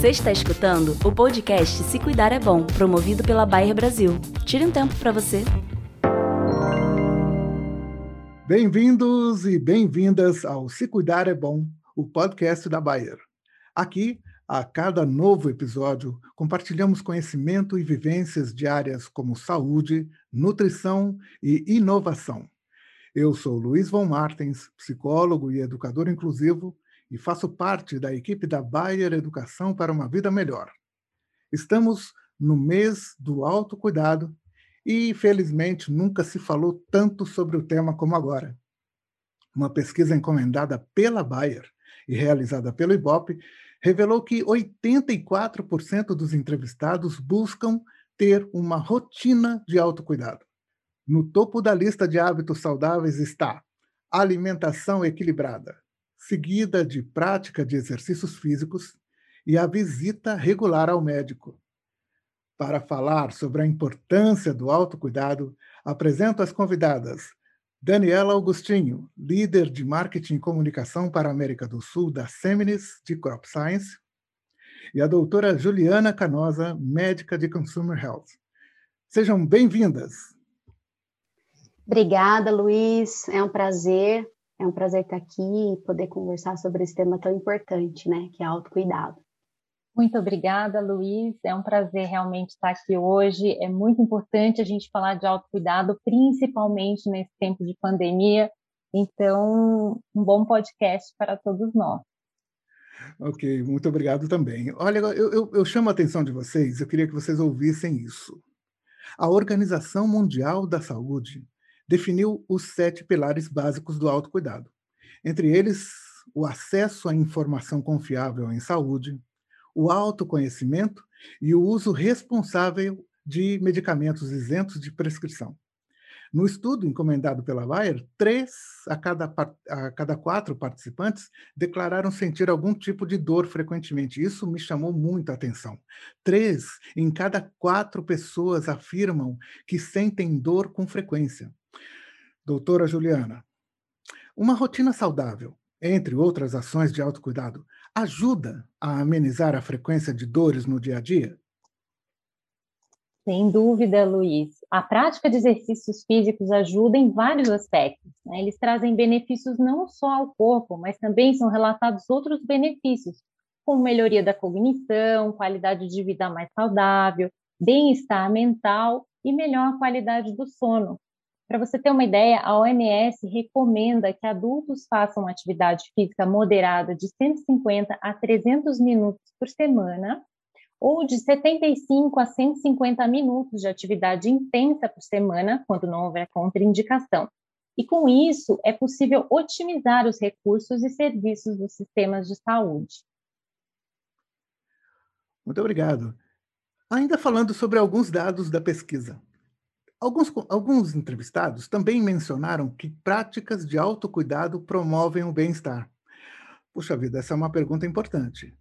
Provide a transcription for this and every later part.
Você está escutando o podcast Se Cuidar é Bom, promovido pela Bayer Brasil. Tire um tempo para você. Bem-vindos e bem-vindas ao Se Cuidar é Bom, o podcast da Bayer. Aqui, a cada novo episódio, compartilhamos conhecimento e vivências de áreas como saúde, nutrição e inovação. Eu sou Luiz von Martens, psicólogo e educador inclusivo, e faço parte da equipe da Bayer Educação para uma Vida Melhor. Estamos no mês do autocuidado e, felizmente, nunca se falou tanto sobre o tema como agora. Uma pesquisa encomendada pela Bayer e realizada pelo Ibope revelou que 84% dos entrevistados buscam ter uma rotina de autocuidado. No topo da lista de hábitos saudáveis está alimentação equilibrada, seguida de prática de exercícios físicos e a visita regular ao médico. Para falar sobre a importância do autocuidado, apresento as convidadas Daniela Augustinho, líder de marketing e comunicação para a América do Sul da Seminis de Crop Science, e a doutora Juliana Canosa, médica de Consumer Health. Sejam bem-vindas. Obrigada, Luiz. É um prazer estar aqui e poder conversar sobre esse tema tão importante, né, que é autocuidado. Muito obrigada, Luiz. É um prazer realmente estar aqui hoje. É muito importante a gente falar de autocuidado, principalmente nesse tempo de pandemia. Então, um bom podcast para todos nós. Ok, muito obrigado também. Olha, eu chamo a atenção de vocês, eu queria que vocês ouvissem isso. A Organização Mundial da Saúde definiu os 7 pilares básicos do autocuidado. Entre eles, o acesso à informação confiável em saúde, o autoconhecimento e o uso responsável de medicamentos isentos de prescrição. No estudo encomendado pela Bayer, 3 a cada 4 participantes declararam sentir algum tipo de dor frequentemente. Isso me chamou muito a atenção. 3 em cada 4 pessoas afirmam que sentem dor com frequência. Doutora Juliana, uma rotina saudável, entre outras ações de autocuidado, ajuda a amenizar a frequência de dores no dia a dia? Sem dúvida, Luiz. A prática de exercícios físicos ajuda em vários aspectos, né? Eles trazem benefícios não só ao corpo, mas também são relatados outros benefícios, como melhoria da cognição, qualidade de vida mais saudável, bem-estar mental e melhor qualidade do sono. Para você ter uma ideia, a OMS recomenda que adultos façam atividade física moderada de 150 a 300 minutos por semana, ou de 75 a 150 minutos de atividade intensa por semana, quando não houver contraindicação. E com isso, é possível otimizar os recursos e serviços dos sistemas de saúde. Muito obrigado. Ainda falando sobre alguns dados da pesquisa. Alguns entrevistados também mencionaram que práticas de autocuidado promovem o bem-estar. Puxa vida, essa é uma pergunta importante.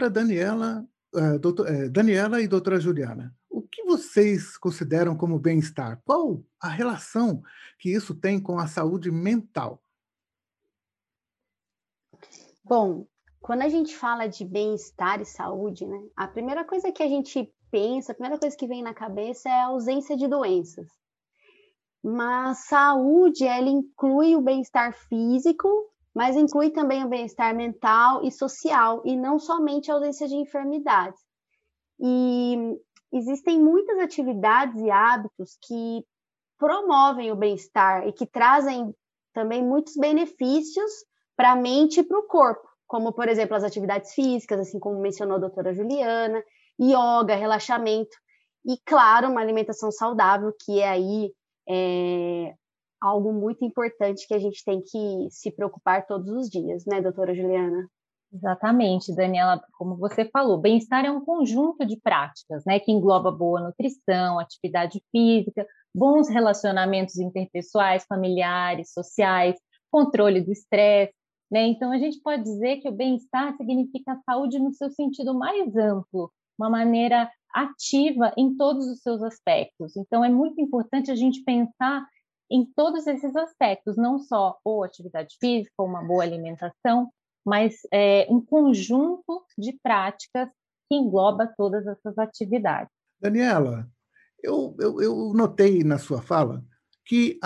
Daniela e doutora Juliana, o que vocês consideram como bem-estar? Qual a relação que isso tem com a saúde mental? Bom, quando a gente fala de bem-estar e saúde, né, a primeira coisa que a gente pensa, a primeira coisa que vem na cabeça é a ausência de doenças. Mas saúde, ela inclui o bem-estar físico, mas inclui também o bem-estar mental e social, e não somente a ausência de enfermidades. E existem muitas atividades e hábitos que promovem o bem-estar e que trazem também muitos benefícios para a mente e para o corpo, como, por exemplo, as atividades físicas, assim como mencionou a doutora Juliana, yoga, relaxamento, e, claro, uma alimentação saudável, que é aí algo muito importante que a gente tem que se preocupar todos os dias, né, doutora Juliana? Exatamente, Daniela, como você falou, bem-estar é um conjunto de práticas, né, que engloba boa nutrição, atividade física, bons relacionamentos interpessoais, familiares, sociais, controle do estresse, né? Então, a gente pode dizer que o bem-estar significa saúde no seu sentido mais amplo, uma maneira ativa em todos os seus aspectos. Então, é muito importante a gente pensar em todos esses aspectos, não só ou atividade física, ou uma boa alimentação, mas um conjunto de práticas que engloba todas essas atividades. Daniela, eu notei na sua fala que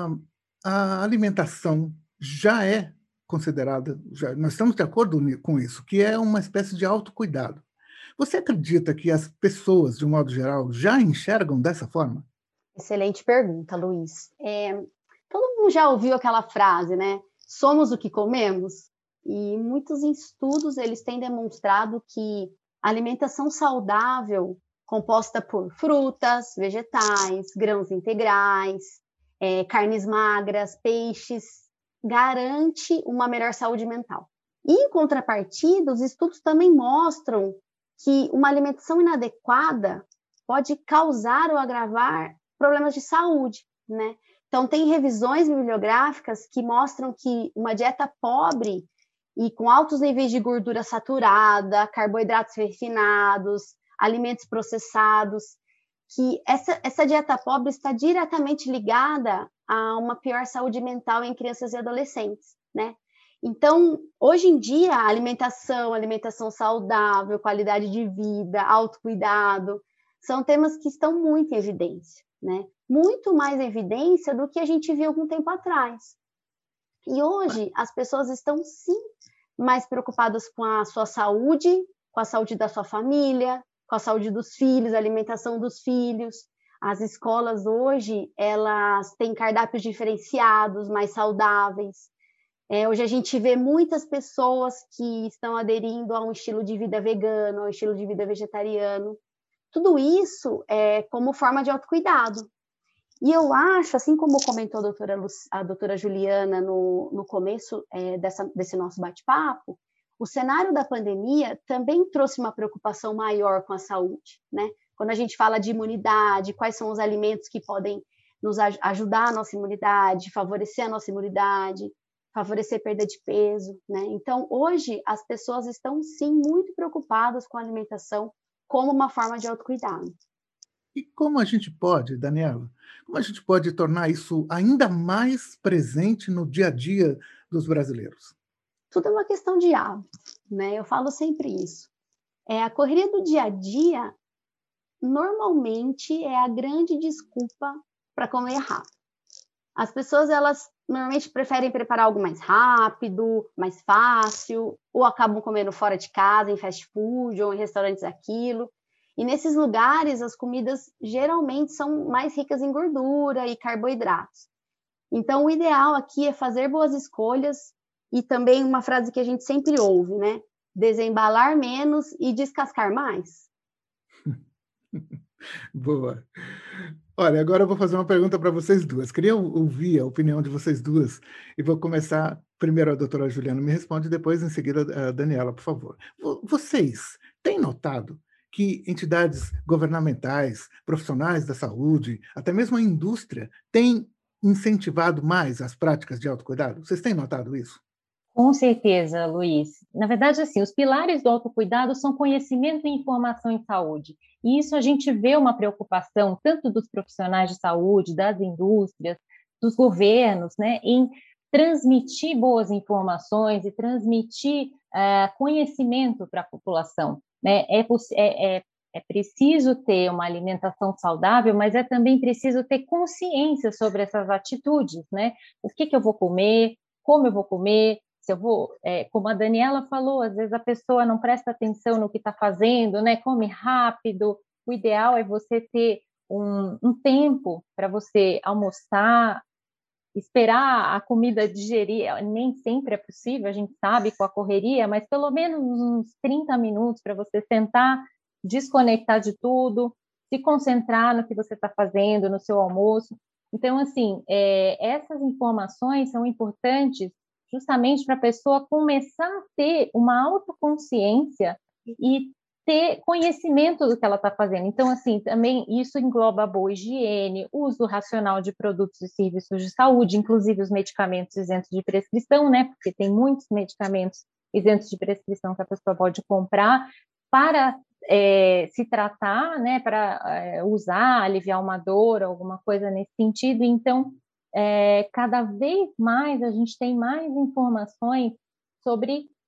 a alimentação já é considerada, nós estamos de acordo com isso, que é uma espécie de autocuidado. Você acredita que as pessoas, de um modo geral, já enxergam dessa forma? Excelente pergunta, Luiz. Todo mundo já ouviu aquela frase, né? Somos o que comemos? E muitos estudos eles têm demonstrado que a alimentação saudável, composta por frutas, vegetais, grãos integrais, carnes magras, peixes, garante uma melhor saúde mental. E, em contrapartida, os estudos também mostram que uma alimentação inadequada pode causar ou agravar problemas de saúde, né? Então, tem revisões bibliográficas que mostram que uma dieta pobre e com altos níveis de gordura saturada, carboidratos refinados, alimentos processados, que essa dieta pobre está diretamente ligada a uma pior saúde mental em crianças e adolescentes, né? Então, hoje em dia, a alimentação saudável, qualidade de vida, autocuidado, são temas que estão muito em evidência, né? Muito mais em evidência do que a gente viu algum tempo atrás. E hoje, as pessoas estão, sim, mais preocupadas com a sua saúde, com a saúde da sua família, com a saúde dos filhos, a alimentação dos filhos. As escolas hoje, elas têm cardápios diferenciados, mais saudáveis. Hoje a gente vê muitas pessoas que estão aderindo a um estilo de vida vegano, a um estilo de vida vegetariano. Tudo isso é como forma de autocuidado. E eu acho, assim como comentou a doutora Juliana no começo desse nosso bate-papo, o cenário da pandemia também trouxe uma preocupação maior com a saúde, né? Quando a gente fala de imunidade, quais são os alimentos que podem nos ajudar a nossa imunidade, favorecer a nossa imunidade, favorecer perda de peso, né? Então, hoje, as pessoas estão, sim, muito preocupadas com a alimentação como uma forma de autocuidado. E como a gente pode, Daniela, como a gente pode tornar isso ainda mais presente no dia a dia dos brasileiros? Tudo é uma questão de hábito, né? Eu falo sempre isso. A correria do dia a dia, normalmente, é a grande desculpa para comer rápido. As pessoas, elas normalmente preferem preparar algo mais rápido, mais fácil, ou acabam comendo fora de casa, em fast food, ou em restaurantes aquilo. E nesses lugares, as comidas geralmente são mais ricas em gordura e carboidratos. Então, o ideal aqui é fazer boas escolhas e também uma frase que a gente sempre ouve, né? Desembalar menos e descascar mais. Boa. Olha, agora eu vou fazer uma pergunta para vocês duas. Queria ouvir a opinião de vocês duas e vou começar primeiro a doutora Juliana me responde, depois em seguida a Daniela, por favor. Vocês têm notado que entidades governamentais, profissionais da saúde, até mesmo a indústria, têm incentivado mais as práticas de autocuidado? Vocês têm notado isso? Com certeza, Luiz. Na verdade, assim, os pilares do autocuidado são conhecimento e informação em saúde. E isso a gente vê uma preocupação tanto dos profissionais de saúde, das indústrias, dos governos, né, em transmitir boas informações e transmitir conhecimento para a população, né? É preciso ter uma alimentação saudável, mas é também preciso ter consciência sobre essas atitudes, né? O que eu vou comer, como eu vou comer, se eu vou, como a Daniela falou, às vezes a pessoa não presta atenção no que está fazendo, né? Come rápido. O ideal é você ter um tempo para você almoçar, esperar a comida digerir. Nem sempre é possível, a gente sabe, com a correria, mas pelo menos uns 30 minutos para você sentar, desconectar de tudo, se concentrar no que você está fazendo, no seu almoço. Então, assim, essas informações são importantes justamente para a pessoa começar a ter uma autoconsciência e ter conhecimento do que ela está fazendo. Então, assim, também isso engloba a boa higiene, uso racional de produtos e serviços de saúde, inclusive os medicamentos isentos de prescrição, né? Porque tem muitos medicamentos isentos de prescrição que a pessoa pode comprar para se tratar, né? Para usar, aliviar uma dor, alguma coisa nesse sentido. Então, cada vez mais a gente tem mais informações sobre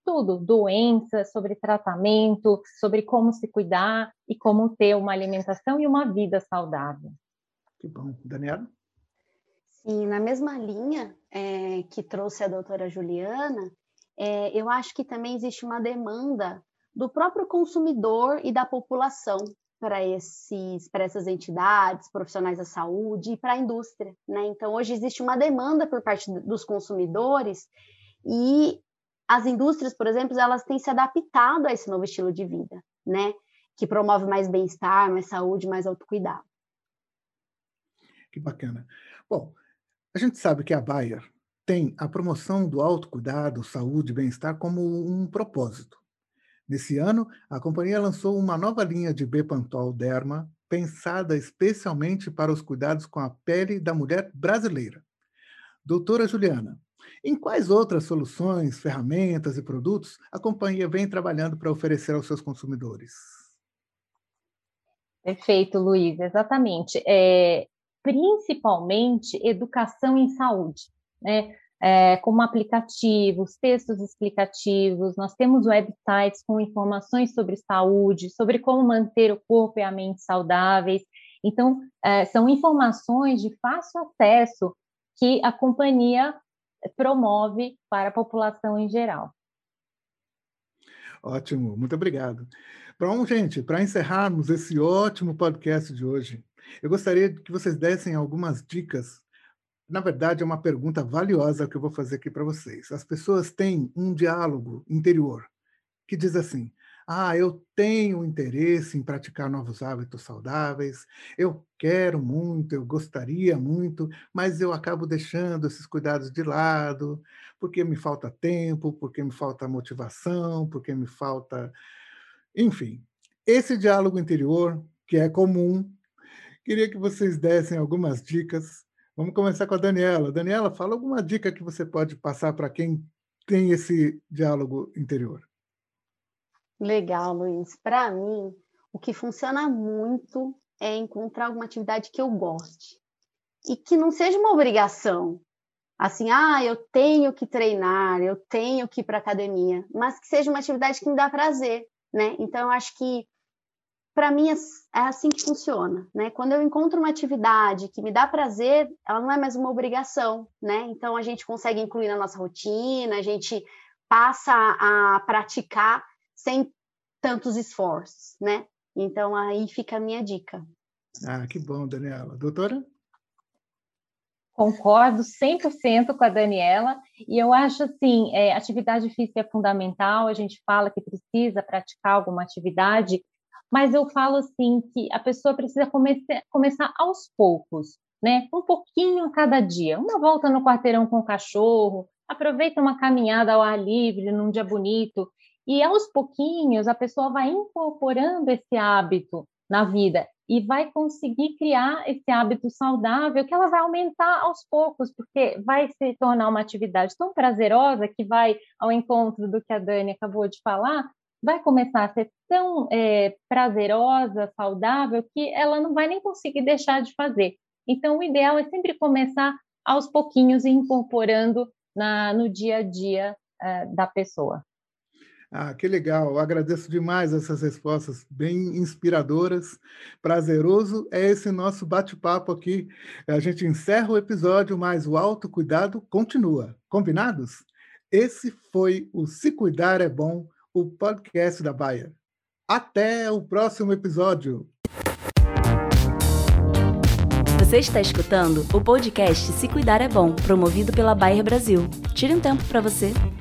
tudo, doenças, sobre tratamento, sobre como se cuidar e como ter uma alimentação e uma vida saudável. Que bom. Daniela? Sim, na mesma linha que trouxe a doutora Juliana, eu acho que também existe uma demanda do próprio consumidor e da população para essas entidades, profissionais da saúde e para a indústria, né? Então, hoje existe uma demanda por parte dos consumidores e as indústrias, por exemplo, elas têm se adaptado a esse novo estilo de vida, né? Que promove mais bem-estar, mais saúde, mais autocuidado. Que bacana. Bom, a gente sabe que a Bayer tem a promoção do autocuidado, saúde e bem-estar como um propósito. Nesse ano, a companhia lançou uma nova linha de Bepantol Derma, pensada especialmente para os cuidados com a pele da mulher brasileira. Doutora Juliana, em quais outras soluções, ferramentas e produtos a companhia vem trabalhando para oferecer aos seus consumidores? Perfeito, Luiz, exatamente. Principalmente educação em saúde, né? Como aplicativos, textos explicativos, nós temos websites com informações sobre saúde, sobre como manter o corpo e a mente saudáveis. Então, são informações de fácil acesso que a companhia promove para a população em geral. Ótimo, muito obrigado. Bom, gente, para encerrarmos esse ótimo podcast de hoje, eu gostaria que vocês dessem algumas dicas. Na verdade, é uma pergunta valiosa que eu vou fazer aqui para vocês. As pessoas têm um diálogo interior que diz assim: eu tenho interesse em praticar novos hábitos saudáveis, eu quero muito, eu gostaria muito, mas eu acabo deixando esses cuidados de lado, porque me falta tempo, porque me falta motivação, porque me falta... Enfim, esse diálogo interior, que é comum, queria que vocês dessem algumas dicas. Vamos começar com a Daniela. Daniela, fala alguma dica que você pode passar para quem tem esse diálogo interior. Legal, Luiz. Para mim, o que funciona muito é encontrar alguma atividade que eu goste e que não seja uma obrigação. Assim, eu tenho que treinar, eu tenho que ir para a academia, mas que seja uma atividade que me dá prazer, né? Então, eu acho que, para mim, é assim que funciona, né? Quando eu encontro uma atividade que me dá prazer, ela não é mais uma obrigação, né? Então, a gente consegue incluir na nossa rotina, a gente passa a praticar sem tantos esforços, né? Então, aí fica a minha dica. Que bom, Daniela. Doutora? Concordo 100% com a Daniela, e eu acho assim, atividade física é fundamental, a gente fala que precisa praticar alguma atividade, mas eu falo assim que a pessoa precisa começar aos poucos, né? Um pouquinho a cada dia, uma volta no quarteirão com o cachorro, aproveita uma caminhada ao ar livre num dia bonito, e aos pouquinhos a pessoa vai incorporando esse hábito na vida e vai conseguir criar esse hábito saudável que ela vai aumentar aos poucos, porque vai se tornar uma atividade tão prazerosa que vai ao encontro do que a Dani acabou de falar, vai começar a ser tão prazerosa, saudável, que ela não vai nem conseguir deixar de fazer. Então, o ideal é sempre começar aos pouquinhos e incorporando no dia a dia da pessoa. Que legal. Eu agradeço demais essas respostas bem inspiradoras. Prazeroso é esse nosso bate-papo aqui. A gente encerra o episódio, mas o autocuidado continua. Combinados? Esse foi o Se Cuidar é Bom, o podcast da Bayer. Até o próximo episódio. Você está escutando o podcast Se Cuidar é Bom, promovido pela Bayer Brasil. Tire um tempo para você.